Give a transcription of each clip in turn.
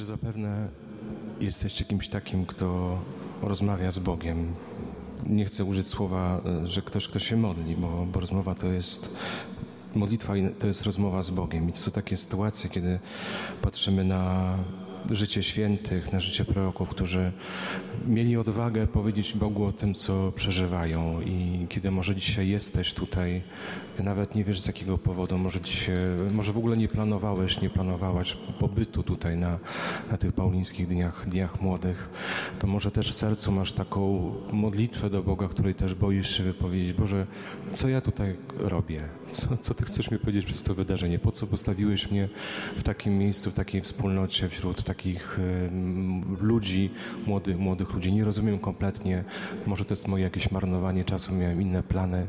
że zapewne jesteście kimś takim, kto rozmawia z Bogiem. Nie chcę użyć słowa, że ktoś, kto się modli, bo rozmowa to jest modlitwa, to jest rozmowa z Bogiem. I to są takie sytuacje, kiedy patrzymy na życie świętych, na życie proroków, którzy mieli odwagę powiedzieć Bogu o tym, co przeżywają. I kiedy może dzisiaj jesteś tutaj, nawet nie wiesz z jakiego powodu, może w ogóle nie planowałaś pobytu tutaj na tych paulińskich dniach młodych, to może też w sercu masz taką modlitwę do Boga, której też boisz się wypowiedzieć: Boże, co ja tutaj robię? Co Ty chcesz mi powiedzieć przez to wydarzenie? Po co postawiłeś mnie w takim miejscu, w takiej wspólnocie, wśród takich ludzi, młodych ludzi? Nie rozumiem kompletnie. Może to jest moje jakieś marnowanie czasu. Miałem inne plany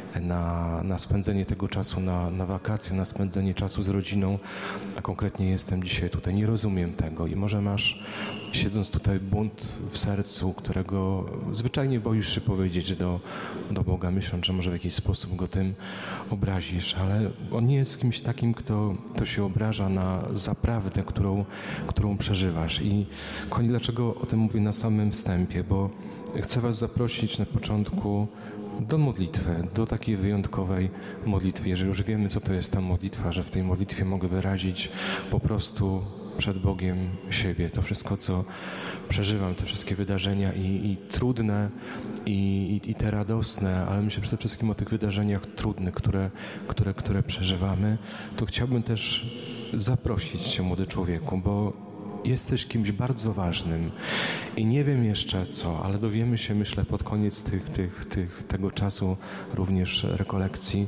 na spędzenie tego czasu, na wakacje, na spędzenie czasu z rodziną, a konkretnie jestem dzisiaj tutaj. Nie rozumiem tego i może masz, siedząc tutaj, bunt w sercu, którego zwyczajnie boisz się powiedzieć do Boga, myśląc, że może w jakiś sposób Go tym obrazisz, ale On nie jest kimś takim, kto się obraża na zaprawdę, którą przeżywasz. I kochani, dlaczego o tym mówię na samym wstępie? Bo chcę Was zaprosić na początku do modlitwy, do takiej wyjątkowej modlitwy. Jeżeli już wiemy, co to jest ta modlitwa, że w tej modlitwie mogę wyrazić po prostu przed Bogiem siebie, to wszystko, co przeżywam, te wszystkie wydarzenia i trudne, i te radosne, ale myślę przede wszystkim o tych wydarzeniach trudnych, które przeżywamy, to chciałbym też zaprosić Cię, młody człowieku, bo jesteś kimś bardzo ważnym i nie wiem jeszcze co, ale dowiemy się, myślę, pod koniec tego czasu, również rekolekcji,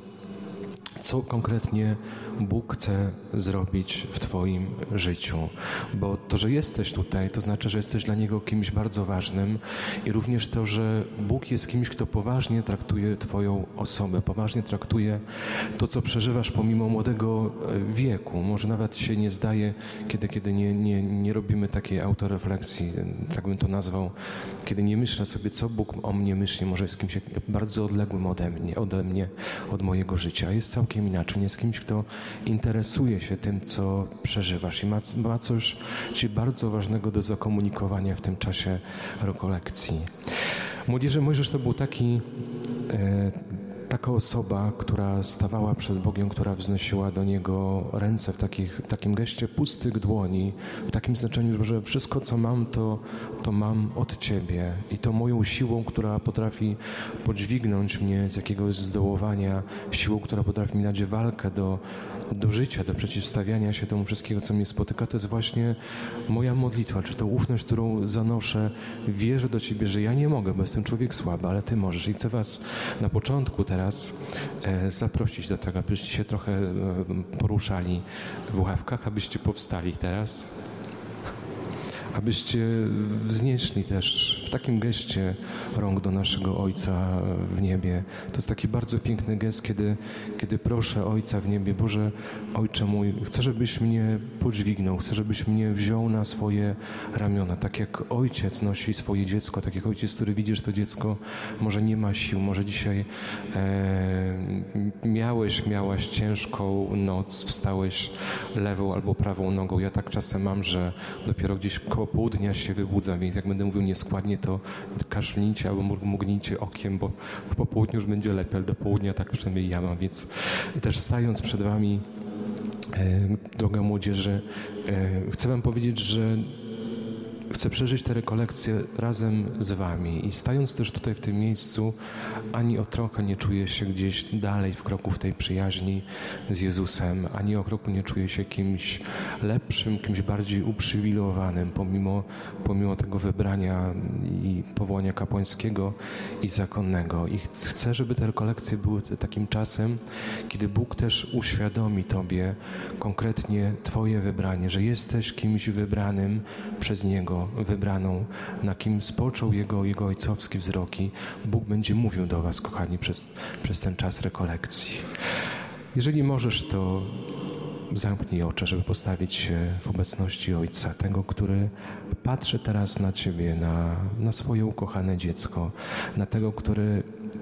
co konkretnie Bóg chce zrobić w Twoim życiu. Bo to, że jesteś tutaj, to znaczy, że jesteś dla Niego kimś bardzo ważnym i również to, że Bóg jest kimś, kto poważnie traktuje Twoją osobę, poważnie traktuje to, co przeżywasz pomimo młodego wieku. Może nawet się nie zdaje, kiedy nie robimy takiej autorefleksji, tak bym to nazwał, kiedy nie myślę sobie, co Bóg o mnie myśli, może jest kimś bardzo odległym ode mnie, od mojego życia. Jest całkiem inaczej. Jest kimś, kto interesuje się tym, co przeżywasz i ma coś Ci bardzo ważnego do zakomunikowania w tym czasie rekolekcji. Młodzieży, Mojżesz to był taka osoba, która stawała przed Bogiem, która wznosiła do Niego ręce w takim geście pustych dłoni, w takim znaczeniu, że wszystko, co mam, to mam od Ciebie i to moją siłą, która potrafi podźwignąć mnie z jakiegoś zdołowania, siłą, która potrafi mi dać walkę do życia, do przeciwstawiania się temu wszystkiego, co mnie spotyka, to jest właśnie moja modlitwa, czy to ufność, którą zanoszę, wierzę do Ciebie, że ja nie mogę, bo jestem człowiek słaby, ale Ty możesz. I chcę Was na początku teraz zaprosić do tego, abyście się trochę poruszali w ławkach, abyście powstali teraz, abyście wznieśli też w takim geście rąk do naszego Ojca w niebie. To jest taki bardzo piękny gest, kiedy proszę Ojca w niebie: Boże, Ojcze mój, chcę, żebyś mnie podźwignął, chcę, żebyś mnie wziął na swoje ramiona. Tak jak ojciec nosi swoje dziecko, tak jak ojciec, który widzi, że to dziecko może nie ma sił, może dzisiaj miałaś ciężką noc, wstałeś lewą albo prawą nogą. Ja tak czasem mam, że dopiero gdzieś koło południa się wybudzam, więc jak będę mówił nieskładnie, to kaszlnijcie albo mrugnijcie okiem, bo po południu już będzie lepiej, ale do południa tak przynajmniej ja mam, więc też stając przed Wami, droga młodzieży, chcę Wam powiedzieć, że chcę przeżyć te rekolekcje razem z Wami i stając też tutaj w tym miejscu, ani o trochę nie czuję się gdzieś dalej w kroku w tej przyjaźni z Jezusem, ani o kroku nie czuję się kimś lepszym, kimś bardziej uprzywilejowanym, pomimo tego wybrania i powołania kapłańskiego i zakonnego. I chcę, żeby te rekolekcje były takim czasem, kiedy Bóg też uświadomi Tobie konkretnie Twoje wybranie, że jesteś kimś wybranym przez Niego, wybraną, na kim spoczął Jego ojcowski wzrok i Bóg będzie mówił do Was, kochani, przez ten czas rekolekcji. Jeżeli możesz, to zamknij oczy, żeby postawić się w obecności Ojca, tego, który patrzy teraz na Ciebie, na swoje ukochane dziecko, na tego, który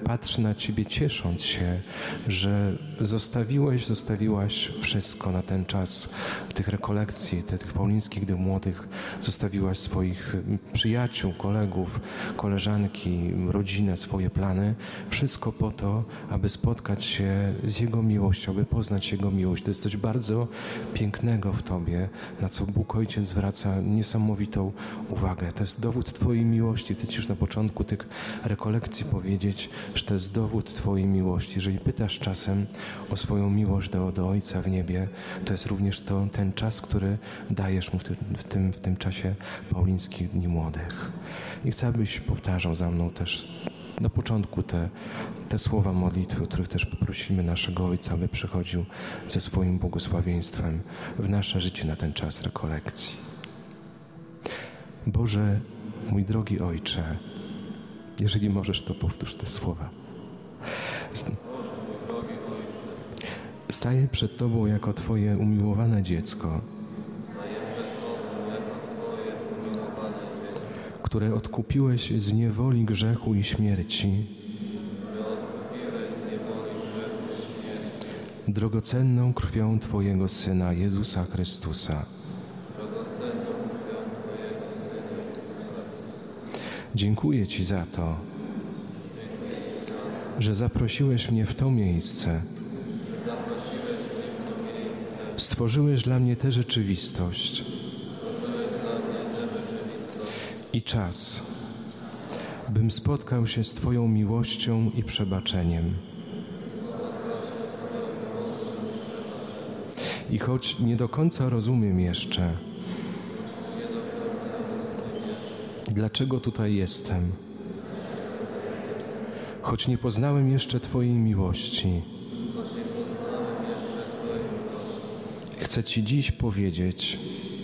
patrzy na Ciebie ciesząc się, że zostawiłaś wszystko na ten czas tych rekolekcji, tych paulińskich dni młodych, zostawiłaś swoich przyjaciół, kolegów, koleżanki, rodzinę, swoje plany, wszystko po to, aby spotkać się z Jego miłością, aby poznać Jego miłość. To jest coś bardzo pięknego w Tobie, na co Bóg Ojciec zwraca niesamowitą uwagę. To jest dowód Twojej miłości. Chcę Ci już na początku tych rekolekcji powiedzieć, że to jest dowód Twojej miłości. Jeżeli pytasz czasem o swoją miłość do Ojca w niebie, to jest również ten czas, który dajesz Mu w tym czasie paulińskich dni młodych. I chcę, abyś powtarzał za mną też na początku te słowa modlitwy, o których też poprosimy naszego Ojca, aby przychodził ze swoim błogosławieństwem w nasze życie na ten czas rekolekcji. Boże, mój drogi Ojcze, jeżeli możesz, to powtórz te słowa. Staję przed Tobą jako Twoje umiłowane dziecko, które odkupiłeś z niewoli grzechu i śmierci, drogocenną krwią Twojego Syna, Jezusa Chrystusa. Dziękuję Ci za to, że zaprosiłeś mnie w to miejsce. Stworzyłeś dla mnie tę rzeczywistość i czas, bym spotkał się z Twoją miłością i przebaczeniem. I choć nie do końca rozumiem jeszcze, dlaczego tutaj jestem, choć nie poznałem jeszcze Twojej miłości, chcę Ci dziś powiedzieć,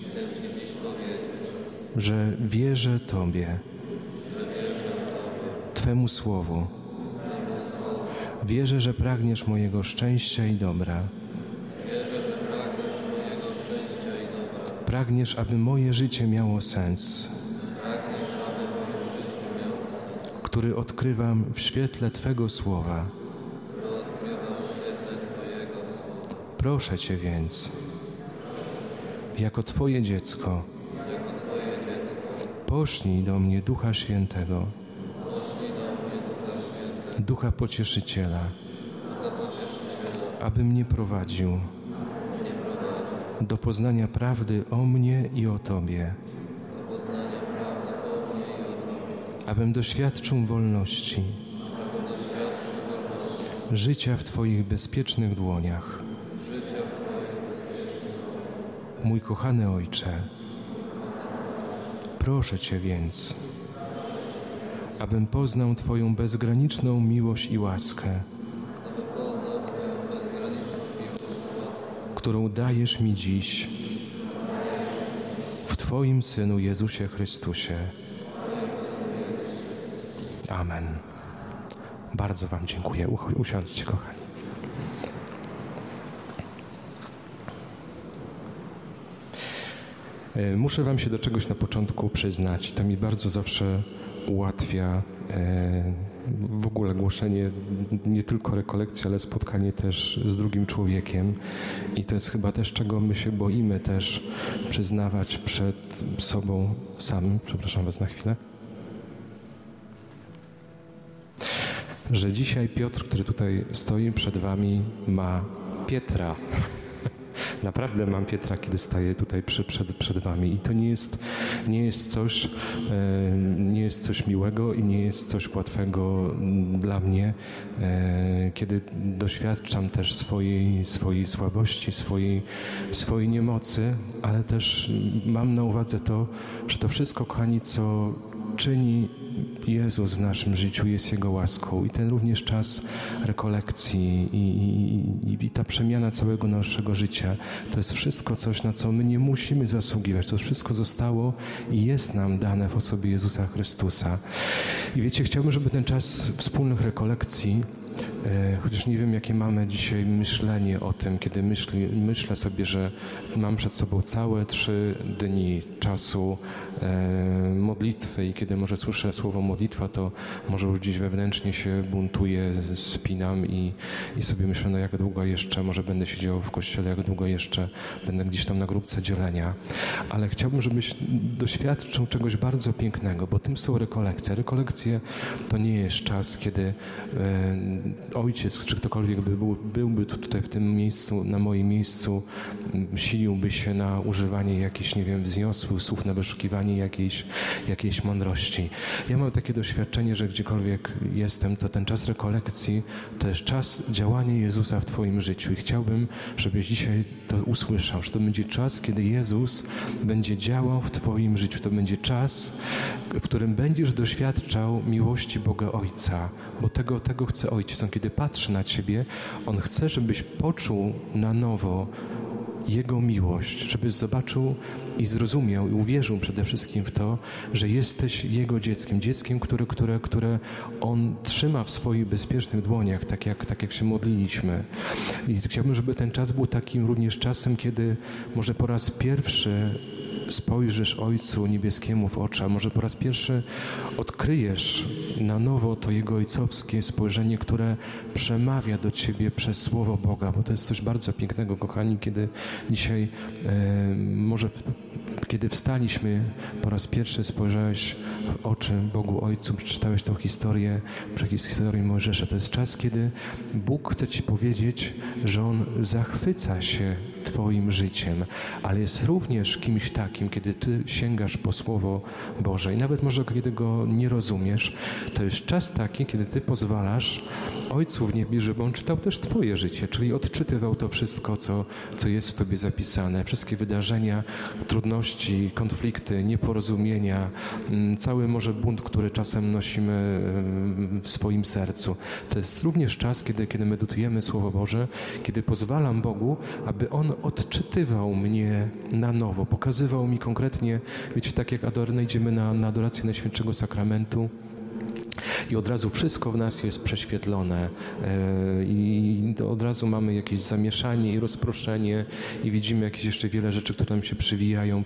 że wierzę Tobie, Twemu Słowu. Wierzę, że pragniesz mojego szczęścia i dobra. Pragniesz, aby moje życie miało sens, który odkrywam w świetle Twego Słowa. Proszę Cię więc, jako Twoje dziecko, poślij do mnie Ducha Świętego, Ducha Pocieszyciela, aby mnie prowadził do poznania prawdy o mnie i o Tobie, abym doświadczył wolności, życia w Twoich bezpiecznych dłoniach. Mój kochany Ojcze, proszę Cię więc, abym poznał Twoją bezgraniczną miłość i łaskę, którą dajesz mi dziś w Twoim Synu Jezusie Chrystusie. Amen. Bardzo Wam dziękuję. Usiądźcie, kochani. Muszę Wam się do czegoś na początku przyznać. To mi bardzo zawsze ułatwia w ogóle głoszenie nie tylko rekolekcji, ale spotkanie też z drugim człowiekiem. I to jest chyba też, czego my się boimy też przyznawać przed sobą samym. Przepraszam Was na chwilę. Że dzisiaj Piotr, który tutaj stoi przed Wami, ma Pietra. Naprawdę mam Pietra, kiedy staję tutaj przed Wami. I to nie jest coś miłego i nie jest coś łatwego dla mnie, kiedy doświadczam też swojej słabości, swojej niemocy, ale też mam na uwadze to, że to wszystko, kochani, co czyni Jezus w naszym życiu, jest Jego łaską. I ten również czas rekolekcji i ta przemiana całego naszego życia, to jest wszystko coś, na co my nie musimy zasługiwać. To wszystko zostało i jest nam dane w osobie Jezusa Chrystusa. I wiecie, chciałbym, żeby ten czas wspólnych rekolekcji chociaż nie wiem, jakie mamy dzisiaj myślenie o tym, kiedy myślę sobie, że mam przed sobą całe 3 dni czasu modlitwy i kiedy może słyszę słowo modlitwa, to może już gdzieś wewnętrznie się buntuję, spinam i sobie myślę, no jak długo jeszcze może będę siedział w kościele, jak długo jeszcze będę gdzieś tam na grupce dzielenia. Ale chciałbym, żebyś doświadczył czegoś bardzo pięknego, bo tym są rekolekcje. Rekolekcje to nie jest czas, kiedy ojciec czy ktokolwiek byłby tutaj w tym miejscu, na moim miejscu, siliłby się na używanie jakichś, nie wiem, wzniosłych słów, na wyszukiwanie jakiejś mądrości. Ja mam takie doświadczenie, że gdziekolwiek jestem, to ten czas rekolekcji to jest czas działania Jezusa w twoim życiu i chciałbym, żebyś dzisiaj to usłyszał, że to będzie czas, kiedy Jezus będzie działał w twoim życiu. To będzie czas, w którym będziesz doświadczał miłości Boga Ojca, bo tego chce Ojciec. On kiedy patrzy na ciebie, On chce, żebyś poczuł na nowo Jego miłość, żebyś zobaczył i zrozumiał i uwierzył przede wszystkim w to, że jesteś Jego dzieckiem, które On trzyma w swoich bezpiecznych dłoniach, tak jak się modliliśmy. I chciałbym, żeby ten czas był takim również czasem, kiedy może po raz pierwszy spojrzysz Ojcu Niebieskiemu w oczy, a może po raz pierwszy odkryjesz na nowo to Jego ojcowskie spojrzenie, które przemawia do ciebie przez Słowo Boga, bo to jest coś bardzo pięknego, kochani, kiedy dzisiaj kiedy wstaliśmy, po raz pierwszy spojrzałeś w oczy Bogu Ojcu, przeczytałeś tą historię Mojżesza. To jest czas, kiedy Bóg chce ci powiedzieć, że On zachwyca się twoim życiem, ale jest również kimś takim, kiedy ty sięgasz po Słowo Boże i nawet może kiedy go nie rozumiesz, to jest czas taki, kiedy ty pozwalasz Ojcu w niebie, żeby On czytał też twoje życie, czyli odczytywał to wszystko, co jest w tobie zapisane, wszystkie wydarzenia, trudności, konflikty, nieporozumienia, cały może bunt, który czasem nosimy w swoim sercu. To jest również czas, kiedy medytujemy Słowo Boże, kiedy pozwalam Bogu, aby On odczytywał mnie na nowo, pokazywał mi konkretnie, wiecie, tak jak idziemy na adorację Najświętszego Sakramentu, i od razu wszystko w nas jest prześwietlone i od razu mamy jakieś zamieszanie i rozproszenie i widzimy jakieś jeszcze wiele rzeczy, które nam się przywijają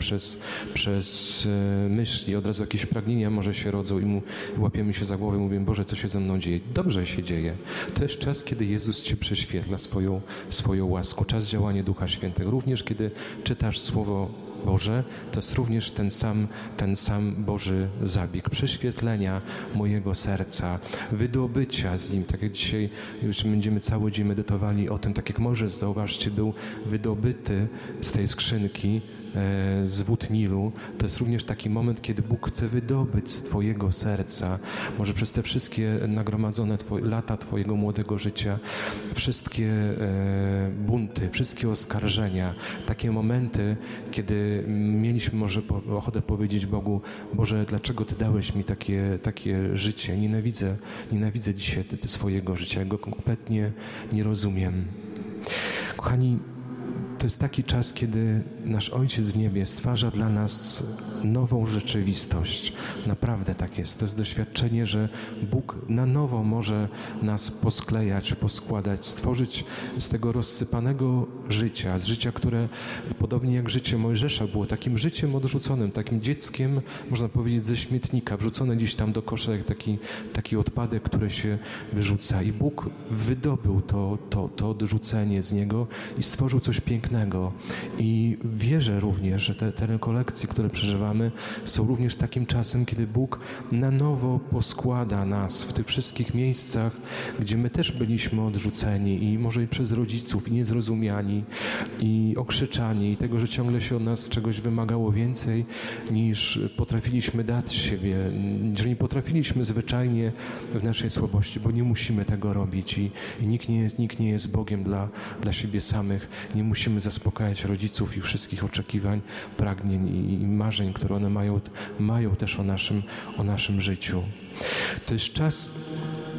przez myśli. Od razu jakieś pragnienia może się rodzą i łapiemy się za głowę i mówimy: Boże, co się ze mną dzieje? Dobrze się dzieje. To jest czas, kiedy Jezus cię prześwietla swoją łaską. Czas działania Ducha Świętego. Również kiedy czytasz Słowo Boże, to jest również ten sam Boży zabieg prześwietlenia mojego serca, wydobycia z Nim. Tak jak dzisiaj już będziemy cały dzień medytowali o tym, tak jak Mojżesz, zauważcie, był wydobyty z tej skrzynki z wód Nilu. To jest również taki moment, kiedy Bóg chce wydobyć z twojego serca, może przez te wszystkie nagromadzone lata twojego młodego życia, wszystkie bunty, wszystkie oskarżenia, takie momenty, kiedy mieliśmy może ochotę powiedzieć Bogu: Boże, dlaczego Ty dałeś mi takie życie? Nienawidzę dzisiaj swojego życia, ja go kompletnie nie rozumiem. Kochani, to jest taki czas, kiedy nasz Ojciec w niebie stwarza dla nas nową rzeczywistość. Naprawdę tak jest. To jest doświadczenie, że Bóg na nowo może nas posklejać, poskładać, stworzyć z tego rozsypanego życia, z życia, które podobnie jak życie Mojżesza było takim życiem odrzuconym, takim dzieckiem, można powiedzieć, ze śmietnika, wrzucone gdzieś tam do kosza, jak taki odpadek, który się wyrzuca. I Bóg wydobył to odrzucenie z niego i stworzył coś pięknego. I wierzę również, że te rekolekcje, które przeżywamy, są również takim czasem, kiedy Bóg na nowo poskłada nas w tych wszystkich miejscach, gdzie my też byliśmy odrzuceni i może i przez rodziców, i niezrozumiani, i okrzyczani, i tego, że ciągle się od nas czegoś wymagało więcej, niż potrafiliśmy dać siebie, że nie potrafiliśmy zwyczajnie w naszej słabości, bo nie musimy tego robić i nikt nie jest Bogiem dla siebie samych. Nie musimy zaspokajać rodziców i wszystkich oczekiwań, pragnień i marzeń, które one mają też o naszym życiu. To jest czas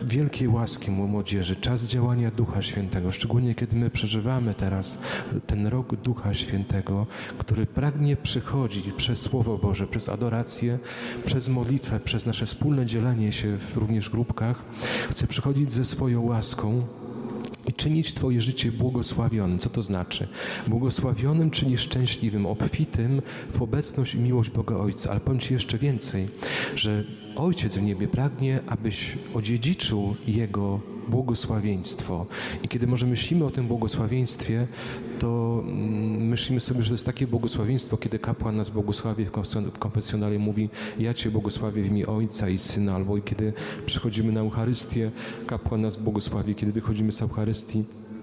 wielkiej łaski młodzieży, czas działania Ducha Świętego, szczególnie kiedy my przeżywamy teraz ten rok Ducha Świętego, który pragnie przychodzić przez Słowo Boże, przez adorację, przez modlitwę, przez nasze wspólne dzielenie się w również grupkach, chce przychodzić ze swoją łaską i czynić Twoje życie błogosławionym. Co to znaczy? Błogosławionym, czyli szczęśliwym, obfitym w obecność i miłość Boga Ojca. Ale powiem Ci jeszcze więcej, że Ojciec w niebie pragnie, abyś odziedziczył Jego błogosławieństwo. I kiedy może myślimy o tym błogosławieństwie, to myślimy sobie, że to jest takie błogosławieństwo, kiedy kapłan nas błogosławi w konfesjonale, mówi: ja Cię błogosławię w imię Ojca i Syna, albo kiedy przychodzimy na Eucharystię, kapłan nas błogosławi, kiedy wychodzimy z Eucharystii,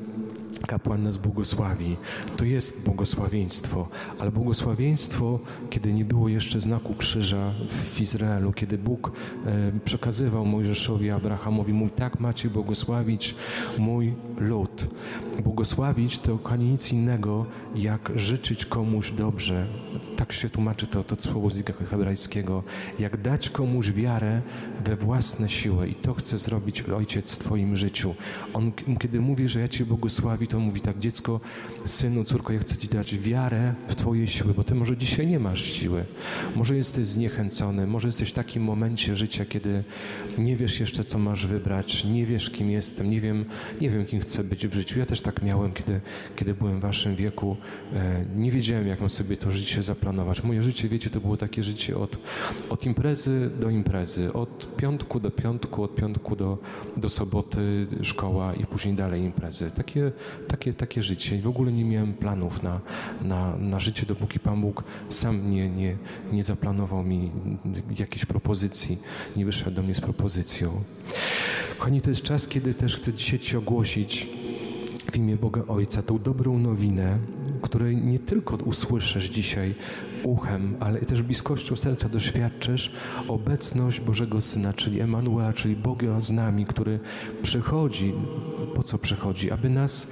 kapłan nas błogosławi. To jest błogosławieństwo, ale błogosławieństwo, kiedy nie było jeszcze znaku krzyża w Izraelu, kiedy Bóg przekazywał Mojżeszowi, Abrahamowi, mówi: tak macie błogosławić mój lud. Błogosławić to, kochani, nic innego, jak życzyć komuś dobrze. Tak się tłumaczy to słowo z języka hebrajskiego. Jak dać komuś wiarę we własne siły. I to chce zrobić Ojciec w Twoim życiu. On, kiedy mówi, że ja Cię błogosławi, to mówi tak: dziecko, synu, córko, ja chcę Ci dać wiarę w Twoje siły, bo Ty może dzisiaj nie masz siły. Może jesteś zniechęcony, może jesteś w takim momencie życia, kiedy nie wiesz jeszcze, co masz wybrać, nie wiesz, kim jestem, nie wiem, kim chcę być w życiu. Ja też tak miałem, kiedy byłem w Waszym wieku. Nie wiedziałem, jak mam sobie to życie zaplanować. Moje życie, wiecie, to było takie życie od imprezy do imprezy, od piątku do piątku, od piątku do soboty szkoła i później dalej imprezy. Takie życie. I w ogóle nie miałem planów na życie, dopóki Pan Bóg sam nie zaplanował mi jakiejś propozycji, nie wyszedł do mnie z propozycją. Kochani, to jest czas, kiedy też chcę dzisiaj Ci ogłosić w imię Boga Ojca tą dobrą nowinę, której nie tylko usłyszysz dzisiaj uchem, ale też bliskością serca doświadczysz obecność Bożego Syna, czyli Emanuela, czyli Boga z nami, który przychodzi. Po co przychodzi? Aby nas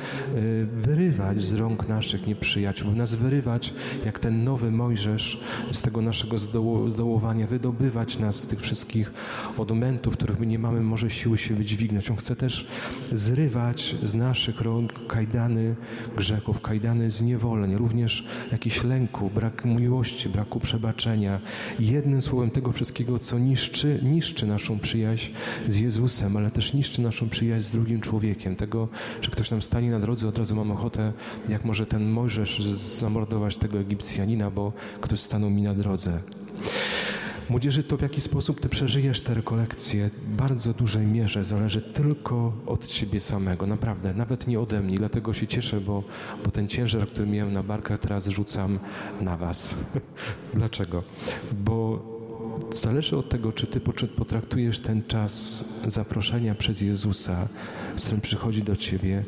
wyrywać z rąk naszych nieprzyjaciół, aby nas wyrywać jak ten nowy Mojżesz z tego naszego zdołowania, wydobywać nas z tych wszystkich odmętów, w których my nie mamy może siły się wydźwignąć. On chce też zrywać z naszych rąk kajdany grzechów, kajdany zniewoleń, również jakichś lęków, brak miłości, braku przebaczenia. Jednym słowem tego wszystkiego, co niszczy naszą przyjaźń z Jezusem, ale też niszczy naszą przyjaźń z drugim człowiekiem. Tego, że ktoś nam stanie na drodze, od razu mam ochotę, jak może ten Mojżesz, zamordować tego Egipcjanina, bo ktoś stanął mi na drodze. Młodzieży, to w jaki sposób Ty przeżyjesz te rekolekcje, w bardzo dużej mierze zależy tylko od Ciebie samego. Naprawdę, nawet nie ode mnie. Dlatego się cieszę, bo ten ciężar, który miałem na barkach, teraz rzucam na Was. Dlaczego? Bo zależy od tego, czy Ty potraktujesz ten czas zaproszenia przez Jezusa, z którym przychodzi do Ciebie,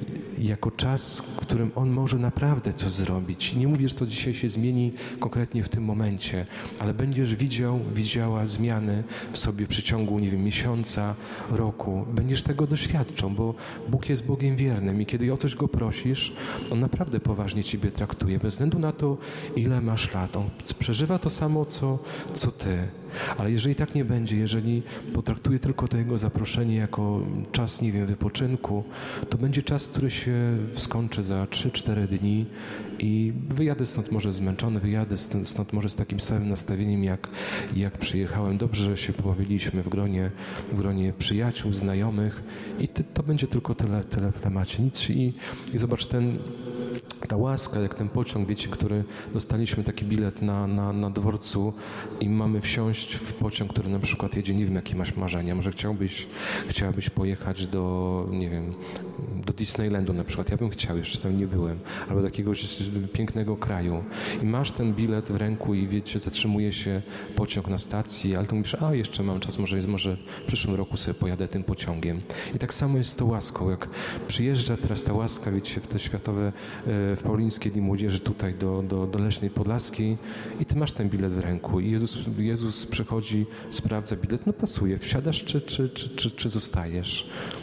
jako czas, w którym On może naprawdę coś zrobić. Nie mówię, że to dzisiaj się zmieni konkretnie w tym momencie, ale będziesz widziała zmiany w sobie w przeciągu, miesiąca, roku. Będziesz tego doświadczał, bo Bóg jest Bogiem wiernym i kiedy o coś Go prosisz, On naprawdę poważnie Ciebie traktuje, bez względu na to, ile masz lat. On przeżywa to samo, co Ty. Ale jeżeli tak nie będzie, jeżeli potraktuje tylko to Jego zaproszenie jako czas, wypoczynku, to będzie czas, który się skończy za 3-4 dni i wyjadę stąd może zmęczony, wyjadę stąd może z takim samym nastawieniem, jak przyjechałem. Dobrze się pobawiliśmy w gronie przyjaciół, znajomych i to będzie tylko tyle w temacie. Nic i zobacz, ta łaska, jak ten pociąg, wiecie, który dostaliśmy taki bilet na dworcu i mamy wsiąść w pociąg, który na przykład jedzie, nie wiem, jakie masz marzenia. Może chciałabyś pojechać do Disneylandu na przykład. Ja bym chciał, jeszcze tam nie byłem. Albo do jakiegoś pięknego kraju. I masz ten bilet w ręku i wiecie, zatrzymuje się pociąg na stacji, ale to mówisz, jeszcze mam czas, może w przyszłym roku sobie pojadę tym pociągiem. I tak samo jest z tą łaską. Jak przyjeżdża teraz ta łaska, wiecie, w te światowe w Paulińskiej Dni Młodzieży tutaj do Leśnej Podlaskiej i Ty masz ten bilet w ręku i Jezus przychodzi, sprawdza bilet, pasuje, wsiadasz czy zostajesz.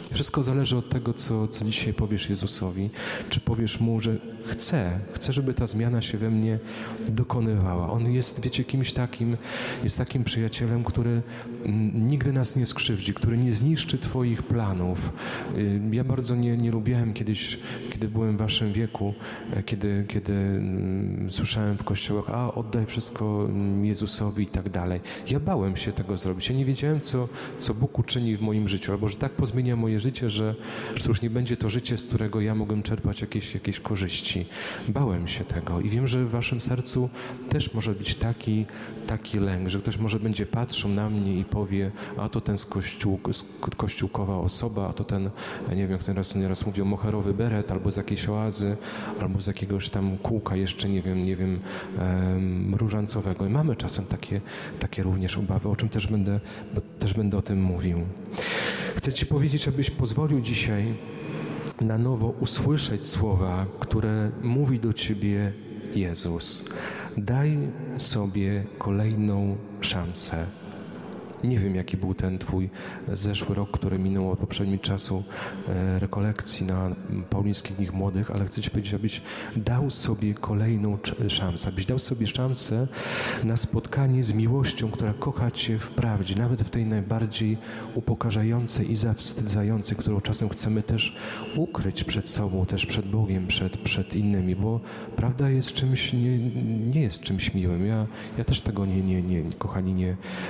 Wszystko zależy od tego, co dzisiaj powiesz Jezusowi. Czy powiesz Mu, że chcę, żeby ta zmiana się we mnie dokonywała. On jest, wiecie, kimś takim, jest takim przyjacielem, który nigdy nas nie skrzywdzi, który nie zniszczy Twoich planów. Ja bardzo nie lubiałem kiedyś, kiedy byłem w Waszym wieku, kiedy słyszałem w kościołach, oddaj wszystko Jezusowi i tak dalej. Ja bałem się tego zrobić. Ja nie wiedziałem, co Bóg uczyni w moim życiu, albo że tak pozmienia moje życie, że to już nie będzie to życie, z którego ja mogłem czerpać jakieś korzyści. Bałem się tego i wiem, że w waszym sercu też może być taki lęk, że ktoś może będzie patrzył na mnie i powie, a to ten z kościółkowa osoba, a to ten, nie wiem, jak ten nieraz mówią, moherowy beret, albo z jakiejś oazy, albo z jakiegoś tam kółka jeszcze, nie wiem, różańcowego. I mamy czasem takie również obawy, o czym też będę o tym mówił. Chcę Ci powiedzieć, abyś pozwolił dzisiaj na nowo usłyszeć słowa, które mówi do Ciebie Jezus. Daj sobie kolejną szansę. Nie wiem, jaki był ten Twój zeszły rok, który minął od poprzedniego czasu rekolekcji na Paulińskich Dniach Młodych, ale chcę Ci powiedzieć, abyś dał sobie kolejną szansę, abyś dał sobie szansę na spotkanie z miłością, która kocha Cię w prawdzie, nawet w tej najbardziej upokarzającej i zawstydzającej, którą czasem chcemy też ukryć przed sobą, też przed Bogiem, przed innymi, bo prawda jest czymś, nie jest czymś miłym. Ja też tego kochani,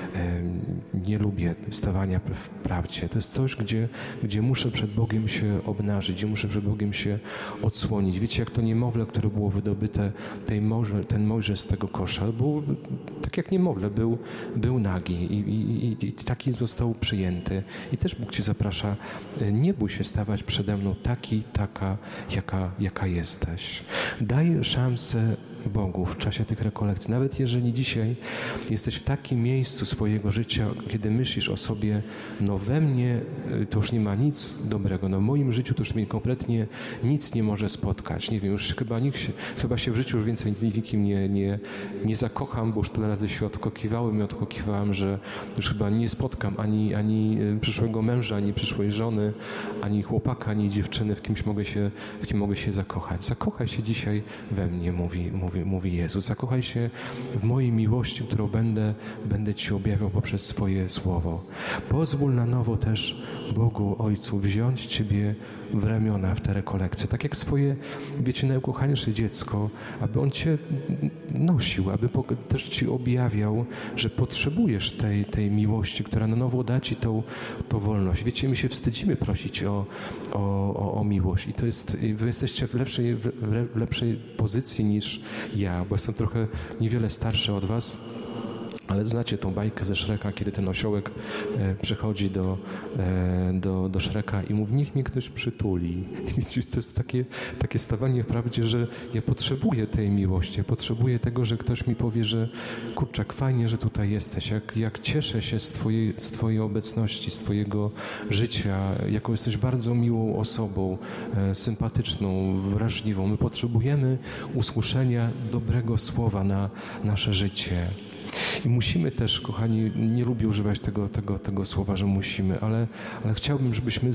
nie lubię stawania w prawdzie. To jest coś, gdzie muszę przed Bogiem się obnażyć, gdzie muszę przed Bogiem się odsłonić. Wiecie, jak to niemowlę, które było wydobyte, ten Mojżesz z tego kosza, był tak jak niemowlę, był nagi i taki został przyjęty. I też Bóg Cię zaprasza, nie bój się stawać przede mną taka, jaka jesteś. Daj szansę Bogu w czasie tych rekolekcji. Nawet jeżeli dzisiaj jesteś w takim miejscu swojego życia, kiedy myślisz o sobie, we mnie to już nie ma nic dobrego, w moim życiu to już mnie kompletnie nic nie może spotkać. Nie wiem, już chyba się w życiu już więcej nikim nie zakocham, bo już tyle razy się odkokiwałem, że już chyba nie spotkam ani przyszłego męża, ani przyszłej żony, ani chłopaka, ani dziewczyny, w kim mogę się zakochać. Zakochaj się dzisiaj we mnie, mówi Jezus. Zakochaj się w mojej miłości, którą będę Ci objawiał poprzez swoje słowo. Pozwól na nowo też Bogu, Ojcu, wziąć Ciebie w ramiona w te rekolekcje. Tak jak swoje, wiecie, najukochańsze dziecko, aby On Cię nosił, aby też Ci objawiał, że potrzebujesz tej miłości, która na nowo da Ci tą wolność. Wiecie, my się wstydzimy prosić o miłość i to jest, Wy jesteście w lepszej pozycji niż ja, bo jestem trochę niewiele starszy od Was. Ale znacie tą bajkę ze Shreka, kiedy ten osiołek przychodzi do Shreka i mówi, niech mnie ktoś przytuli. I to jest takie stawanie w prawdzie, że ja potrzebuję tej miłości, ja potrzebuję tego, że ktoś mi powie, że kurczak, fajnie, że tutaj jesteś, jak cieszę się z Twojej obecności, z Twojego życia, jaką jesteś bardzo miłą osobą, sympatyczną, wrażliwą. My potrzebujemy usłyszenia dobrego słowa na nasze życie. I musimy też, kochani, nie lubię używać tego słowa, że musimy, ale chciałbym, żebyśmy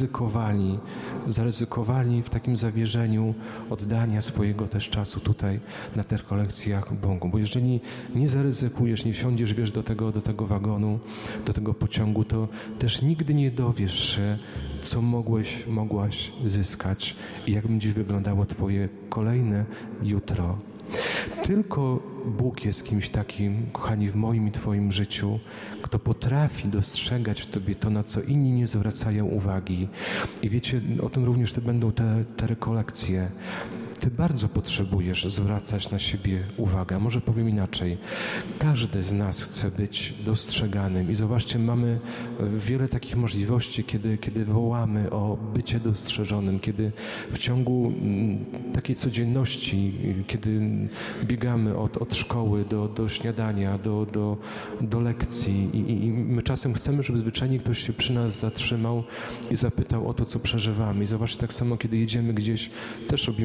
zaryzykowali w takim zawierzeniu oddania swojego też czasu tutaj na tych rekolekcjach Bogu. Bo jeżeli nie zaryzykujesz, nie wsiądziesz, wiesz, do tego wagonu, do tego pociągu, to też nigdy nie dowiesz się, co mogłaś zyskać i jak będzie wyglądało Twoje kolejne jutro. Tylko Bóg jest kimś takim, kochani, w moim i Twoim życiu, kto potrafi dostrzegać w Tobie to, na co inni nie zwracają uwagi. I wiecie, o tym również będą te rekolekcje. Ty bardzo potrzebujesz zwracać na siebie uwagę. Może powiem inaczej. Każdy z nas chce być dostrzeganym i zobaczcie, mamy wiele takich możliwości, kiedy wołamy o bycie dostrzeżonym, kiedy w ciągu takiej codzienności, kiedy biegamy od szkoły do śniadania, do lekcji i my czasem chcemy, żeby zwyczajnie ktoś się przy nas zatrzymał i zapytał o to, co przeżywamy. I zobaczcie, tak samo, kiedy jedziemy gdzieś, też robimy sobie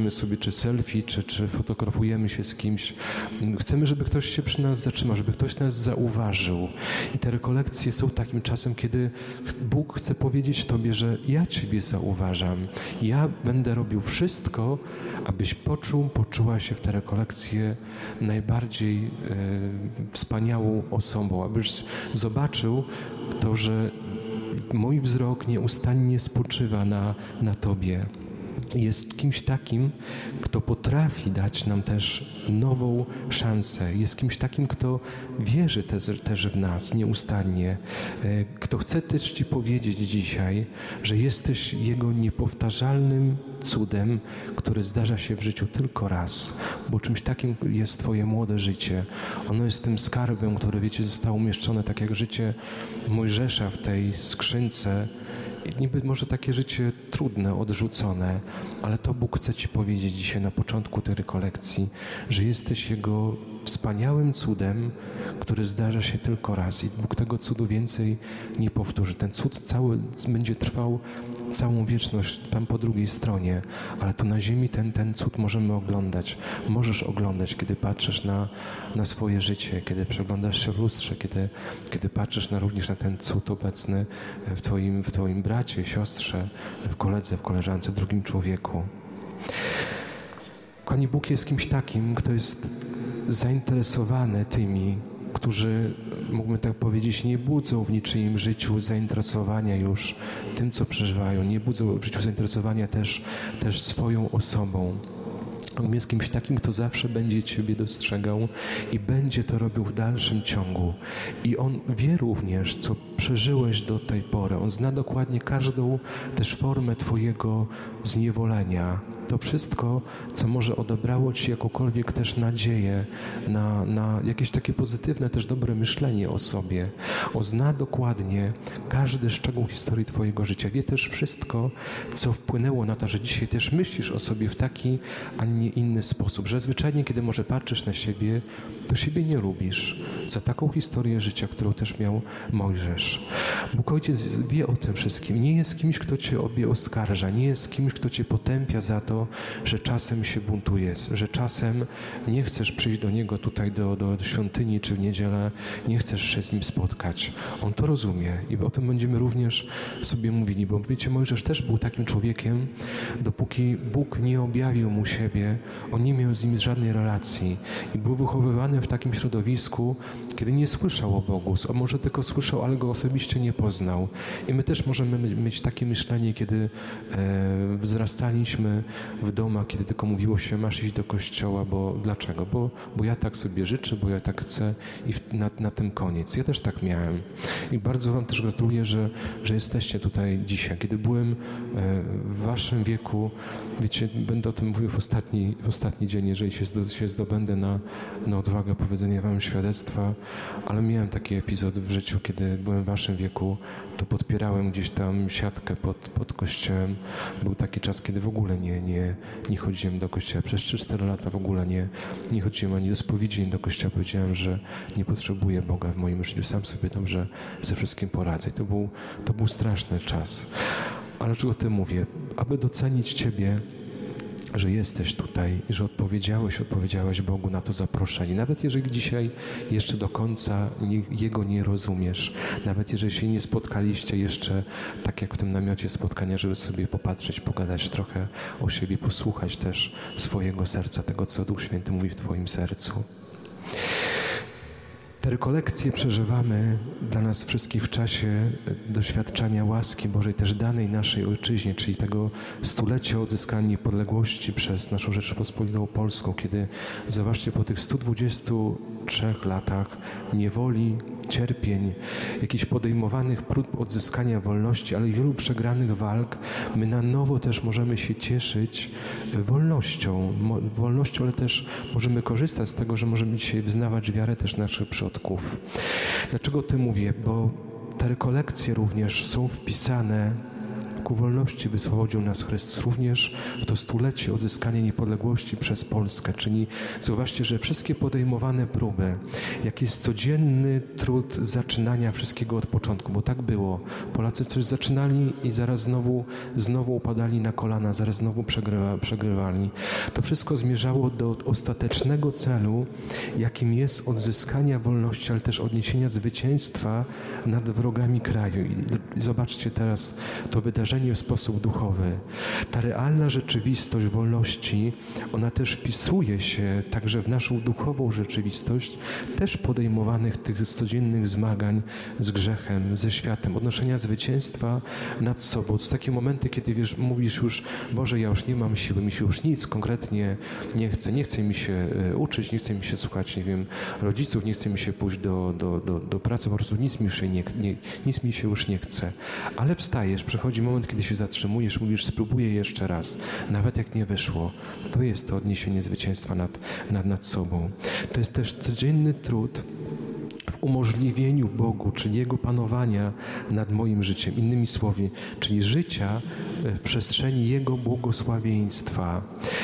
czy selfie, czy fotografujemy się z kimś. Chcemy, żeby ktoś się przy nas zatrzymał, żeby ktoś nas zauważył. I te rekolekcje są takim czasem, kiedy Bóg chce powiedzieć Tobie, że ja Ciebie zauważam. Ja będę robił wszystko, abyś poczuła się w te rekolekcje najbardziej wspaniałą osobą, abyś zobaczył to, że mój wzrok nieustannie spoczywa na Tobie. Jest kimś takim, kto potrafi dać nam też nową szansę. Jest kimś takim, kto wierzy też w nas nieustannie. Kto chce też Ci powiedzieć dzisiaj, że jesteś Jego niepowtarzalnym cudem, który zdarza się w życiu tylko raz. Bo czymś takim jest Twoje młode życie. Ono jest tym skarbem, który, wiecie, zostało umieszczone tak jak życie Mojżesza w tej skrzynce. Niby może takie życie trudne, odrzucone, ale to Bóg chce Ci powiedzieć dzisiaj na początku tej rekolekcji, że jesteś Jego wspaniałym cudem, który zdarza się tylko raz i Bóg tego cudu więcej nie powtórzy. Ten cud cały będzie trwał całą wieczność tam po drugiej stronie, ale tu na ziemi ten cud możemy oglądać. Możesz oglądać, kiedy patrzysz na swoje życie, kiedy przeglądasz się w lustrze, kiedy patrzysz również na ten cud obecny w Twoim bracie, siostrze, w koledze, w koleżance, w drugim człowieku. Kochani, Bóg jest kimś takim, kto jest zainteresowany tymi, którzy, mógłbym tak powiedzieć, nie budzą w niczyim życiu zainteresowania już tym, co przeżywają, nie budzą w życiu zainteresowania też swoją osobą. On jest kimś takim, kto zawsze będzie Ciebie dostrzegał i będzie to robił w dalszym ciągu. I On wie również, co przeżyłeś do tej pory. On zna dokładnie każdą też formę Twojego zniewolenia. To wszystko, co może odebrało Ci jakąkolwiek też nadzieję na jakieś takie pozytywne, też dobre myślenie o sobie. On zna dokładnie każdy szczegół historii Twojego życia. Wie też wszystko, co wpłynęło na to, że dzisiaj też myślisz o sobie w taki, a nie inny sposób. Że zwyczajnie, kiedy może patrzysz na siebie, to siebie nie lubisz. Za taką historię życia, którą też miał Mojżesz. Bóg Ojciec wie o tym wszystkim. Nie jest kimś, kto Cię oskarża. Nie jest kimś, kto Cię potępia za to, że czasem się buntujesz, że czasem nie chcesz przyjść do Niego tutaj do świątyni czy w niedzielę, nie chcesz się z Nim spotkać. On to rozumie i o tym będziemy również sobie mówili, bo wiecie, Mojżesz też był takim człowiekiem, dopóki Bóg nie objawił mu siebie, on nie miał z nim żadnej relacji i był wychowywany w takim środowisku, kiedy nie słyszał o Bogu, a może tylko słyszał, ale Go osobiście nie poznał. I my też możemy mieć takie myślenie, kiedy wzrastaliśmy w domach, kiedy tylko mówiło się, masz iść do kościoła, bo dlaczego? Bo ja tak sobie życzę, bo ja tak chcę i na tym koniec. Ja też tak miałem. I bardzo Wam też gratuluję, że jesteście tutaj dzisiaj. Kiedy byłem w Waszym wieku, wiecie, będę o tym mówił w ostatni dzień, jeżeli się zdobędę na odwagę powiedzenia Wam świadectwa, ale miałem taki epizod w życiu, kiedy byłem w Waszym wieku, to podpierałem gdzieś tam siatkę pod kościołem. Był taki czas, kiedy w ogóle nie chodziłem do kościoła. Przez 3-4 lata w ogóle nie chodziłem ani do spowiedzi, ani do kościoła. Powiedziałem, że nie potrzebuję Boga w moim życiu. Sam sobie dobrze ze wszystkim poradzę. To był straszny czas. Ale czego o tym mówię? Aby docenić Ciebie, że jesteś tutaj i że odpowiedziałeś Bogu na to zaproszenie. Nawet jeżeli dzisiaj jeszcze do końca Jego nie rozumiesz, nawet jeżeli się nie spotkaliście jeszcze tak jak w tym namiocie spotkania, żeby sobie popatrzeć, pogadać trochę o siebie, posłuchać też swojego serca, tego co Duch Święty mówi w Twoim sercu. Te rekolekcje przeżywamy dla nas wszystkich w czasie doświadczania łaski Bożej, też danej naszej ojczyźnie, czyli tego stulecia odzyskania niepodległości przez naszą Rzeczpospolitą Polską, kiedy, zobaczcie, po tych 123 latach niewoli, cierpień, jakichś podejmowanych prób odzyskania wolności, ale i wielu przegranych walk, my na nowo też możemy się cieszyć wolnością, ale też możemy korzystać z tego, że możemy dzisiaj wyznawać wiarę też naszych przodków. Dlaczego o tym mówię? Bo te rekolekcje również są wpisane ku wolności wyswobodził nas Chrystus. Również w to stulecie odzyskania niepodległości przez Polskę. Czyli zauważcie, że wszystkie podejmowane próby, jak jest codzienny trud zaczynania wszystkiego od początku, bo tak było. Polacy coś zaczynali i zaraz znowu upadali na kolana, zaraz znowu przegrywali. To wszystko zmierzało do ostatecznego celu, jakim jest odzyskania wolności, ale też odniesienia zwycięstwa nad wrogami kraju. I zobaczcie teraz to wydarzenie w sposób duchowy. Ta realna rzeczywistość wolności, ona też wpisuje się także w naszą duchową rzeczywistość, też podejmowanych tych codziennych zmagań z grzechem, ze światem, odnoszenia zwycięstwa nad sobą. To są takie momenty, kiedy mówisz już, Boże, ja już nie mam siły, mi się już nic konkretnie nie chce mi się uczyć, nie chce mi się słuchać, rodziców, nie chce mi się pójść do pracy, po prostu nic mi się już nie chce. Ale wstajesz, przychodzi moment, kiedy się zatrzymujesz, mówisz, spróbuję jeszcze raz, nawet jak nie wyszło. To jest to odniesienie zwycięstwa nad sobą. To jest też codzienny trud w umożliwieniu Bogu, czyli Jego panowania nad moim życiem. Innymi słowy, czyli życia w przestrzeni Jego błogosławieństwa.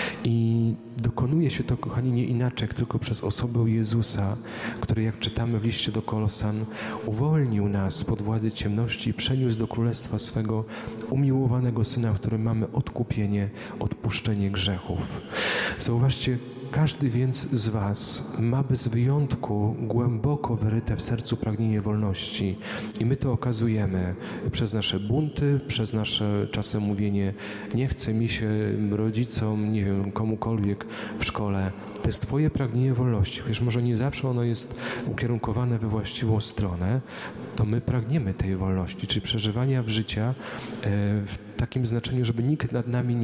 I dokonuje się to, kochani, nie inaczej, tylko przez osobę Jezusa, który, jak czytamy w liście do Kolosan, uwolnił nas spod władzy ciemności i przeniósł do królestwa swego umiłowanego Syna, w którym mamy odkupienie, odpuszczenie grzechów. Zauważcie, każdy więc z was ma bez wyjątku głęboko wyryte w sercu pragnienie wolności. I my to okazujemy przez nasze bunty, przez nasze czasem mówienie, nie chce mi się rodzicom, nie wiem, komukolwiek w szkole. To jest twoje pragnienie wolności. Chociaż może nie zawsze ono jest ukierunkowane we właściwą stronę, to my pragniemy tej wolności, czyli przeżywania życia w takim znaczeniu, żeby nikt nad nami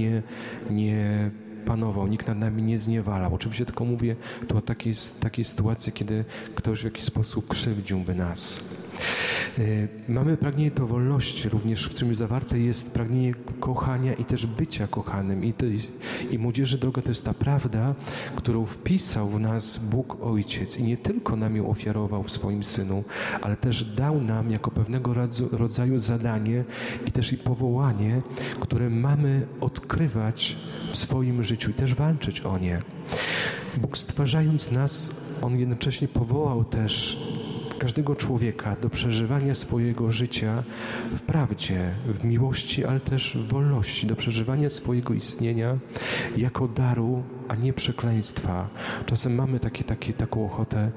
nie panował, nikt nad nami nie zniewalał. Oczywiście tylko mówię tu o takiej sytuacji, kiedy ktoś w jakiś sposób krzywdziłby nas. Mamy pragnienie do wolności, również w czym zawarte jest pragnienie kochania i też bycia kochanym. I młodzieży droga to jest ta prawda, którą wpisał w nas Bóg Ojciec i nie tylko nam ją ofiarował w swoim Synu, ale też dał nam jako pewnego rodzaju zadanie i też i powołanie, które mamy odkrywać w swoim życiu i też walczyć o nie. Bóg, stwarzając nas, On jednocześnie powołał też każdego człowieka do przeżywania swojego życia w prawdzie, w miłości, ale też w wolności, do przeżywania swojego istnienia jako daru, a nie przekleństwa. Czasem mamy taką ochotę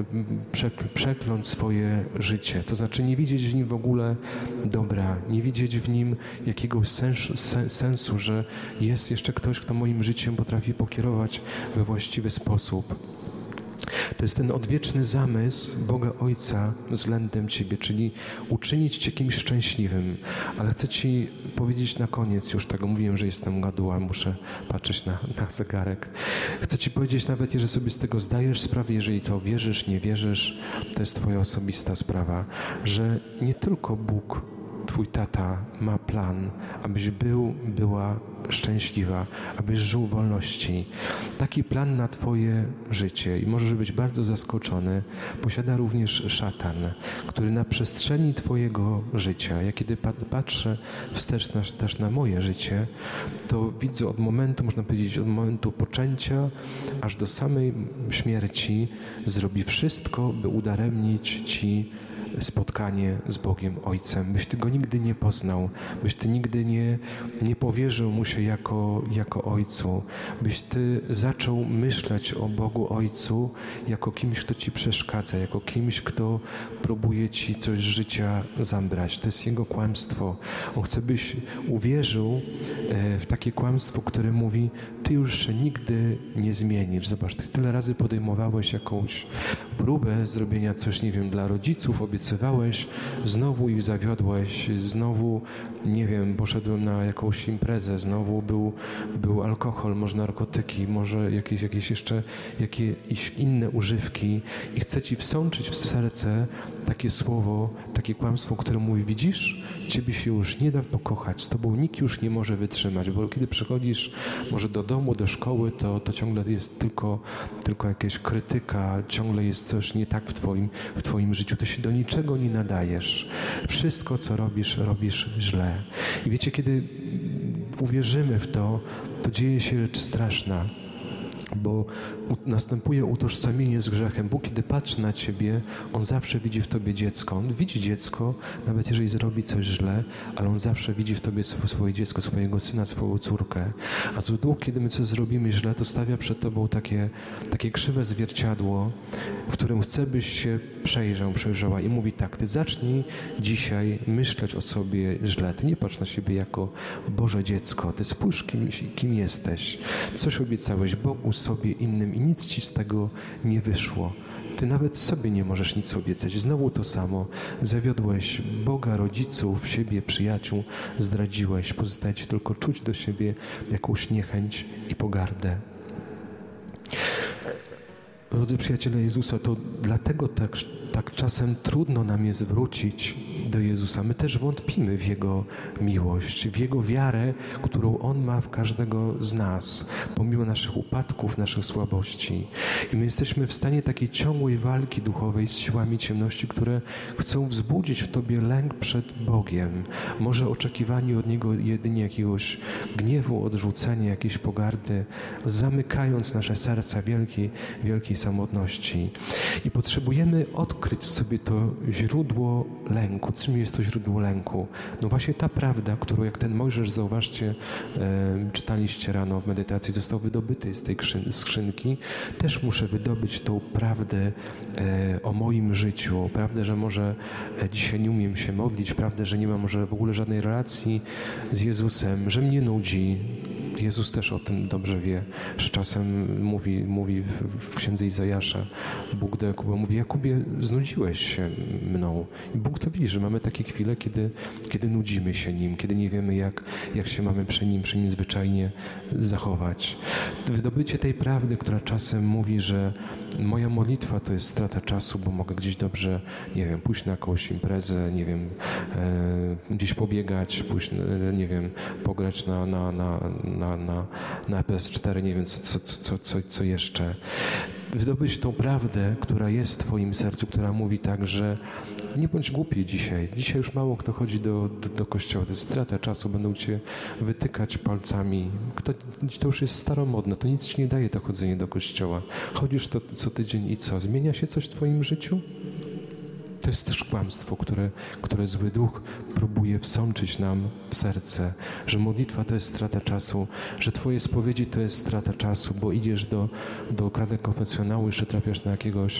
przekląć swoje życie, to znaczy nie widzieć w nim w ogóle dobra, nie widzieć w nim jakiegoś sensu, że jest jeszcze ktoś, kto moim życiem potrafi pokierować we właściwy sposób. To jest ten odwieczny zamysł Boga Ojca względem Ciebie, czyli uczynić Cię kimś szczęśliwym. Ale chcę Ci powiedzieć na koniec, już tego mówiłem, że jestem gaduła, muszę patrzeć na zegarek. Chcę Ci powiedzieć, nawet jeżeli sobie z tego zdajesz sprawę, jeżeli to wierzysz, nie wierzysz, to jest Twoja osobista sprawa, że nie tylko Bóg, Twój tata ma plan, abyś była szczęśliwa, abyś żył w wolności. Taki plan na Twoje życie i możesz być bardzo zaskoczony, posiada również szatan, który na przestrzeni Twojego życia, ja kiedy patrzę wstecz też na moje życie, to widzę od momentu, można powiedzieć, od momentu poczęcia aż do samej śmierci zrobi wszystko, by udaremnić Ci spotkanie z Bogiem Ojcem. Byś Ty Go nigdy nie poznał, byś Ty nigdy nie powierzył Mu się jako Ojcu, byś Ty zaczął myśleć o Bogu Ojcu jako kimś, kto Ci przeszkadza, jako kimś, kto próbuje Ci coś z życia zabrać. To jest Jego kłamstwo. On chce, byś uwierzył w takie kłamstwo, które mówi, Ty już się nigdy nie zmienisz. Zobacz, Ty tyle razy podejmowałeś jakąś próbę zrobienia coś, nie wiem, dla rodziców, obiecywałeś, znowu ich zawiodłeś, znowu, nie wiem, poszedłem na jakąś imprezę, znowu był alkohol, może narkotyki, może jakieś jeszcze jakieś inne używki i chce Ci wsączyć w serce takie słowo, takie kłamstwo, które mówi, widzisz, Ciebie się już nie da pokochać, z Tobą nikt już nie może wytrzymać, bo kiedy przychodzisz może do domu, do szkoły, to ciągle jest tylko jakaś krytyka, ciągle jest coś nie tak w Twoim życiu, to się do niczego niczego nie nadajesz. Wszystko, co robisz, robisz źle. I wiecie, kiedy uwierzymy w to, to dzieje się rzecz straszna, bo następuje utożsamienie z grzechem. Bóg, kiedy patrzy na ciebie, On zawsze widzi w tobie dziecko. On widzi dziecko, nawet jeżeli zrobi coś źle, ale On zawsze widzi w tobie swoje dziecko, swojego syna, swoją córkę. A zły duch, kiedy my coś zrobimy źle, to stawia przed tobą takie krzywe zwierciadło, w którym chce, byś się przejrzała i mówi tak: ty zacznij dzisiaj myśleć o sobie źle. Ty nie patrz na siebie jako Boże dziecko. Ty spójrz, kim jesteś. Coś obiecałeś Bogu, sobie, innym i nic ci z tego nie wyszło. Ty nawet sobie nie możesz nic obiecać. Znowu to samo. Zawiodłeś Boga, rodziców, siebie, przyjaciół, zdradziłeś. Pozostaje ci tylko czuć do siebie jakąś niechęć i pogardę. Drodzy przyjaciele Jezusa, to dlatego tak czasem trudno nam jest wrócić do Jezusa. My też wątpimy w Jego miłość, w Jego wiarę, którą On ma w każdego z nas, pomimo naszych upadków, naszych słabości. I my jesteśmy w stanie takiej ciągłej walki duchowej z siłami ciemności, które chcą wzbudzić w tobie lęk przed Bogiem. Może oczekiwanie od Niego jedynie jakiegoś gniewu, odrzucenia, jakiejś pogardy, zamykając nasze serca wielkiej samotności. I potrzebujemy odkryć w sobie to źródło lęku. Czym jest to źródło lęku? No właśnie ta prawda, którą jak ten Mojżesz, zauważcie, czytaliście rano w medytacji, został wydobyty z tej skrzynki. Też muszę wydobyć tą prawdę o moim życiu. Prawdę, że może dzisiaj nie umiem się modlić. Prawdę, że nie mam może w ogóle żadnej relacji z Jezusem, że mnie nudzi. Jezus też o tym dobrze wie, że czasem mówi w księdze Izajasza, Bóg do Jakuba mówi: Jakubie, znudziłeś się mną. I Bóg to widzi, że mamy takie chwile, kiedy nudzimy się Nim, kiedy nie wiemy, jak się mamy przy Nim zwyczajnie zachować. Wydobycie tej prawdy, która czasem mówi, że moja modlitwa to jest strata czasu, bo mogę gdzieś dobrze, nie wiem, pójść na jakąś imprezę, nie wiem, gdzieś pobiegać, pójść, nie wiem, pograć na PS4, nie wiem, co jeszcze. Wydobyć tą prawdę, która jest w twoim sercu, która mówi tak, że nie bądź głupi dzisiaj. Dzisiaj już mało kto chodzi do kościoła. To jest strata czasu. Będą cię wytykać palcami. To już jest staromodne. To nic ci nie daje to chodzenie do kościoła. Chodzisz to co tydzień i co? Zmienia się coś w twoim życiu? To jest też kłamstwo, które zły duch próbuje wsączyć nam w serce, że modlitwa to jest strata czasu, że twoje spowiedzi to jest strata czasu, bo idziesz do kratek konfesjonału, jeszcze trafiasz na jakiegoś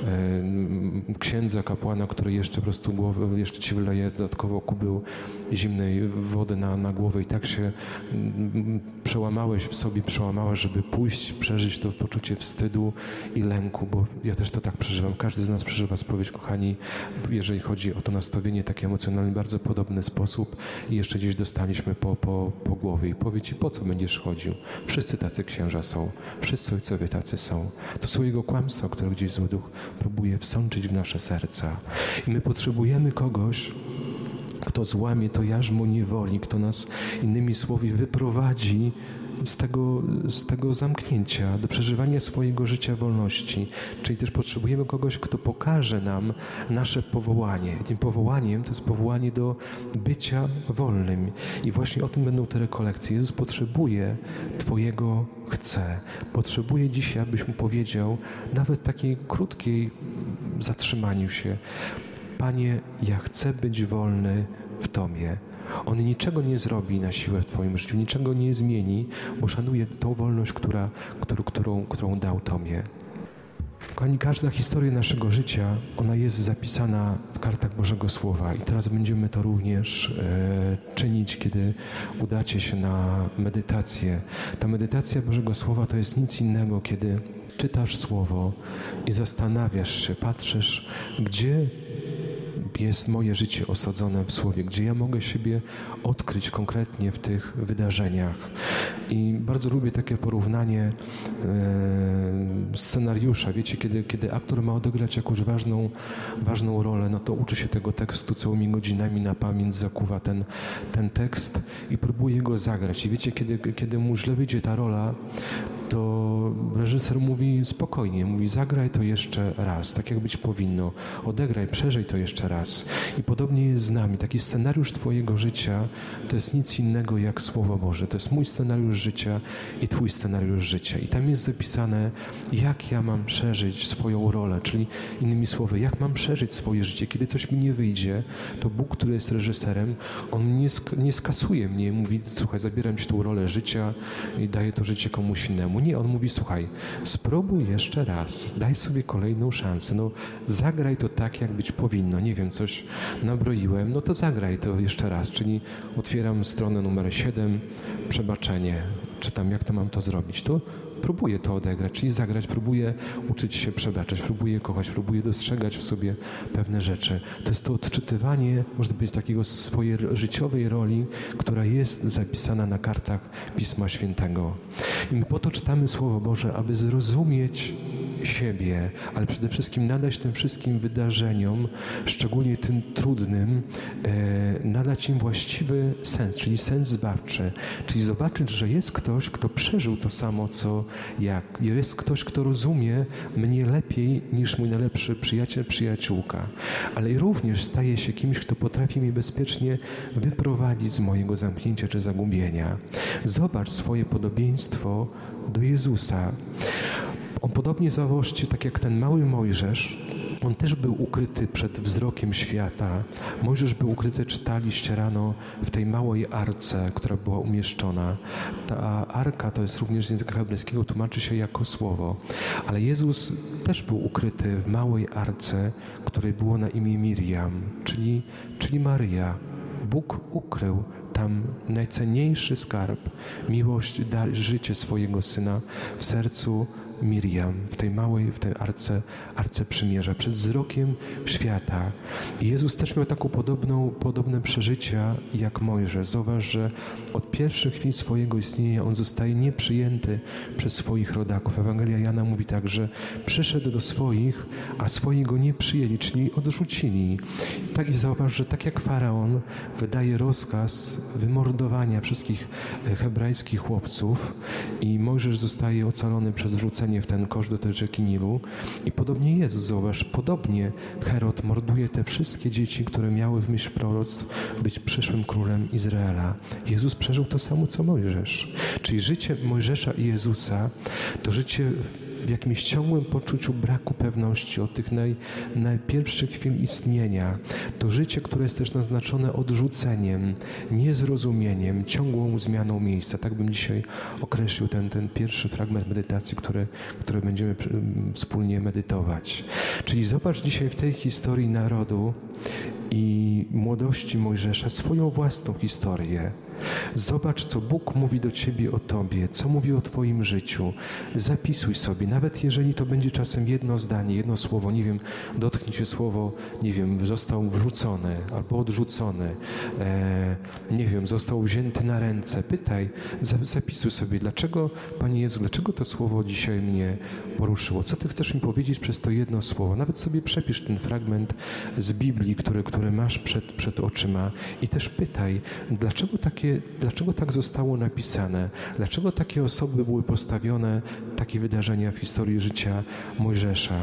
księdza, kapłana, który jeszcze po prostu jeszcze ci wyleje dodatkowo kubeł zimnej wody na głowę i tak się przełamałeś, żeby pójść, przeżyć to poczucie wstydu i lęku, bo ja też to tak przeżywam. Każdy z nas przeżywa spowiedź, kochani, jeżeli chodzi o to nastawienie takie emocjonalne, w bardzo podobny sposób i jeszcze gdzieś dostaliśmy po głowie i powie ci, po co będziesz chodził? Wszyscy tacy księża są, wszyscy ojcowie tacy są. To są jego kłamstwa, które gdzieś zły duch próbuje wsączyć w nasze serca. I my potrzebujemy kogoś, kto złamie to jarzmo niewoli, kto nas, innymi słowy, wyprowadzi z tego zamknięcia, do przeżywania swojego życia wolności. Czyli też potrzebujemy kogoś, kto pokaże nam nasze powołanie. I tym powołaniem to jest powołanie do bycia wolnym. I właśnie o tym będą te rekolekcje. Jezus potrzebuje twojego chce. Potrzebuje dzisiaj, abyś mu powiedział, nawet takiej krótkiej zatrzymaniu się: Panie, ja chcę być wolny w Tobie. On niczego nie zrobi na siłę w twoim życiu, niczego nie zmieni, bo szanuje tą wolność, którą dał Tobie. Kochani, każda historia naszego życia, ona jest zapisana w kartach Bożego Słowa i teraz będziemy to również czynić, kiedy udacie się na medytację. Ta medytacja Bożego Słowa to jest nic innego, kiedy czytasz Słowo i zastanawiasz się, patrzysz, gdzie jest moje życie osadzone w Słowie, gdzie ja mogę siebie odkryć konkretnie w tych wydarzeniach. I bardzo lubię takie porównanie scenariusza. Wiecie, kiedy aktor ma odegrać jakąś ważną rolę, no to uczy się tego tekstu całymi godzinami na pamięć, zakuwa ten tekst i próbuje go zagrać. I wiecie, kiedy mu źle wyjdzie ta rola, to reżyser mówi spokojnie, mówi zagraj to jeszcze raz, tak jak być powinno, odegraj, przeżyj to jeszcze raz. I podobnie jest z nami. Taki scenariusz Twojego życia to jest nic innego jak Słowo Boże. To jest mój scenariusz życia i Twój scenariusz życia. I tam jest zapisane, jak ja mam przeżyć swoją rolę, czyli innymi słowy, jak mam przeżyć swoje życie. Kiedy coś mi nie wyjdzie, to Bóg, który jest reżyserem, On nie skasuje mnie, mówi, słuchaj, zabieram Ci tą rolę życia i daję to życie komuś innemu. Nie, On mówi, słuchaj, spróbuj jeszcze raz, daj sobie kolejną szansę, zagraj to tak, jak być powinno. Nie wiem, coś nabroiłem, to zagraj to jeszcze raz, czyli otwieram stronę numer 7, przebaczenie, czytam, jak to mam to zrobić. To próbuję to odegrać, czyli zagrać, próbuję uczyć się przebaczać, próbuję kochać, próbuję dostrzegać w sobie pewne rzeczy. To jest to odczytywanie, można powiedzieć, takiego swojej życiowej roli, która jest zapisana na kartach Pisma Świętego. I my po to czytamy Słowo Boże, aby zrozumieć siebie, ale przede wszystkim nadać tym wszystkim wydarzeniom, szczególnie tym trudnym, nadać im właściwy sens, czyli sens zbawczy. Czyli zobaczyć, że jest ktoś, kto przeżył to samo, co ja. Jest ktoś, kto rozumie mnie lepiej niż mój najlepszy przyjaciel, przyjaciółka. Ale również staje się kimś, kto potrafi mnie bezpiecznie wyprowadzić z mojego zamknięcia czy zagubienia. Zobacz swoje podobieństwo do Jezusa. On podobnie, zauważcie, tak jak ten mały Mojżesz, on też był ukryty przed wzrokiem świata. Mojżesz był ukryty, czytaliście rano, w tej małej arce, która była umieszczona. Ta arka, to jest również z języka hebrajskiego, tłumaczy się jako słowo. Ale Jezus też był ukryty w małej arce, której było na imię Miriam, czyli Maryja. Bóg ukrył tam najcenniejszy skarb, miłość, życie swojego Syna w sercu Miriam, w tej arce przymierza, przed wzrokiem świata. I Jezus też miał taką podobne przeżycia jak Mojżesz. Zauważ, że od pierwszych chwil swojego istnienia On zostaje nieprzyjęty przez swoich rodaków. Ewangelia Jana mówi tak, że przyszedł do swoich, a swoi go nie przyjęli, czyli odrzucili. Tak i zauważ, że tak jak Faraon wydaje rozkaz wymordowania wszystkich hebrajskich chłopców i Mojżesz zostaje ocalony przez wrzucenie w ten kosz do tej rzeki Nilu. I podobnie Jezus, zauważ, podobnie Herod morduje te wszystkie dzieci, które miały w myśl proroctw być przyszłym królem Izraela. Jezus przeżył to samo, co Mojżesz. Czyli życie Mojżesza i Jezusa to życie w jakimś ciągłym poczuciu braku pewności od tych najpierwszych chwil istnienia. To życie, które jest też naznaczone odrzuceniem, niezrozumieniem, ciągłą zmianą miejsca. Tak bym dzisiaj określił ten pierwszy fragment medytacji, który będziemy wspólnie medytować. Czyli zobacz dzisiaj w tej historii narodu i młodości Mojżesza swoją własną historię. Zobacz, co Bóg mówi do Ciebie o Tobie, co mówi o Twoim życiu. Zapisuj sobie, nawet jeżeli to będzie czasem jedno zdanie, jedno słowo, nie wiem, dotknij się słowo, nie wiem, został wrzucony albo odrzucony, nie wiem, został wzięty na ręce. Pytaj, zapisuj sobie, dlaczego, Panie Jezu, dlaczego to słowo dzisiaj mnie poruszyło? Co Ty chcesz mi powiedzieć przez to jedno słowo? Nawet sobie przepisz ten fragment z Biblii, który masz przed oczyma i też pytaj, dlaczego tak zostało napisane? Dlaczego takie osoby były postawione, takie wydarzenia w historii życia Mojżesza?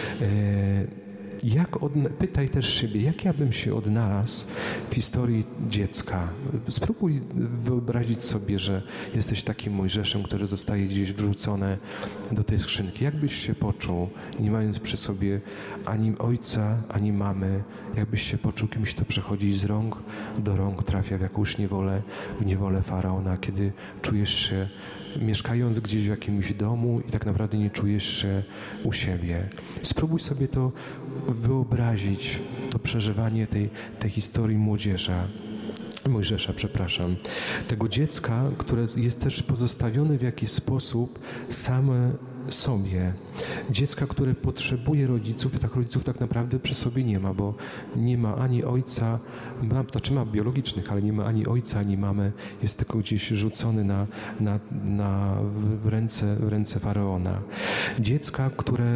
Pytaj też siebie, jak ja bym się odnalazł w historii dziecka. Spróbuj wyobrazić sobie, że jesteś takim Mojżeszem, który zostaje gdzieś wrzucony do tej skrzynki. Jak byś się poczuł, nie mając przy sobie ani ojca, ani mamy? Jak byś się poczuł kimś, kto przechodzi z rąk do rąk, trafia w jakąś niewolę Faraona, kiedy czujesz się mieszkając gdzieś w jakimś domu i tak naprawdę nie czujesz się u siebie. Spróbuj sobie to wyobrazić, to przeżywanie tej historii Mojżesza, tego dziecka, które jest też pozostawione w jakiś sposób same sobie. Dziecka, które potrzebuje rodziców i tak rodziców tak naprawdę przy sobie nie ma, bo nie ma ani ojca, ma biologicznych, ale nie ma ani ojca, ani mamy. Jest tylko gdzieś rzucony w ręce Faraona. Dziecka, które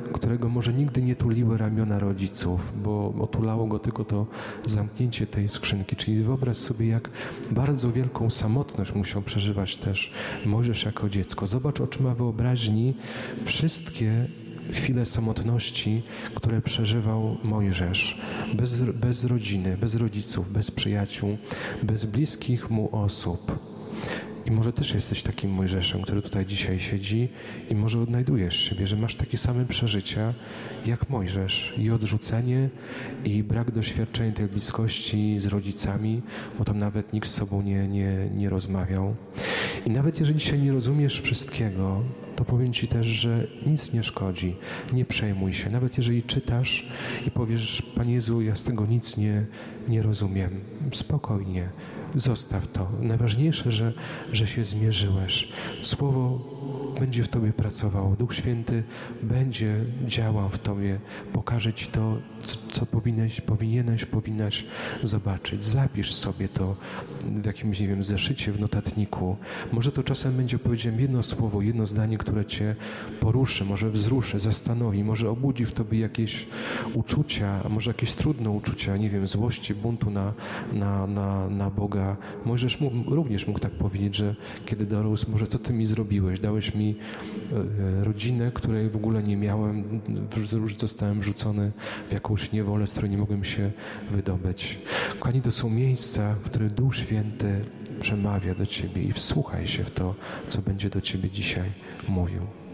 którego może nigdy nie tuliły ramiona rodziców, bo otulało go tylko to zamknięcie tej skrzynki. Czyli wyobraź sobie, jak bardzo wielką samotność musiał przeżywać też Mojżesz jako dziecko. Zobacz oczyma wyobraźni wszystkie chwile samotności, które przeżywał Mojżesz. Bez rodziny, bez rodziców, bez przyjaciół, bez bliskich mu osób. I może też jesteś takim Mojżeszem, który tutaj dzisiaj siedzi i może odnajdujesz siebie, że masz takie same przeżycia jak Mojżesz. I odrzucenie, i brak doświadczenia tej bliskości z rodzicami, bo tam nawet nikt z sobą nie rozmawiał. I nawet jeżeli dzisiaj nie rozumiesz wszystkiego, to powiem Ci też, że nic nie szkodzi. Nie przejmuj się. Nawet jeżeli czytasz i powiesz, Panie Jezu, ja z tego nic nie rozumiem. Spokojnie. Zostaw to. Najważniejsze, że się zmierzyłeś. Słowo będzie w Tobie pracowało. Duch Święty będzie działał w Tobie. Pokaże Ci to, co powinnaś zobaczyć. Zapisz sobie to w jakimś, nie wiem, zeszycie, w notatniku. Może to czasem będzie, powiedziałem, jedno słowo, jedno zdanie, które Cię poruszy, może wzruszy, zastanowi, może obudzi w Tobie jakieś uczucia, a może jakieś trudne uczucia, nie wiem, złości, buntu na Boga. Mojżesz również mógł tak powiedzieć, że kiedy dorósł, może co Ty mi zrobiłeś? Dałeś mi rodzinę, której w ogóle nie miałem, już zostałem wrzucony w jakąś niewolę, z której nie mogłem się wydobyć. Kochani, to są miejsca, w których Duch Święty przemawia do Ciebie i wsłuchaj się w to, co będzie do Ciebie dzisiaj mówił.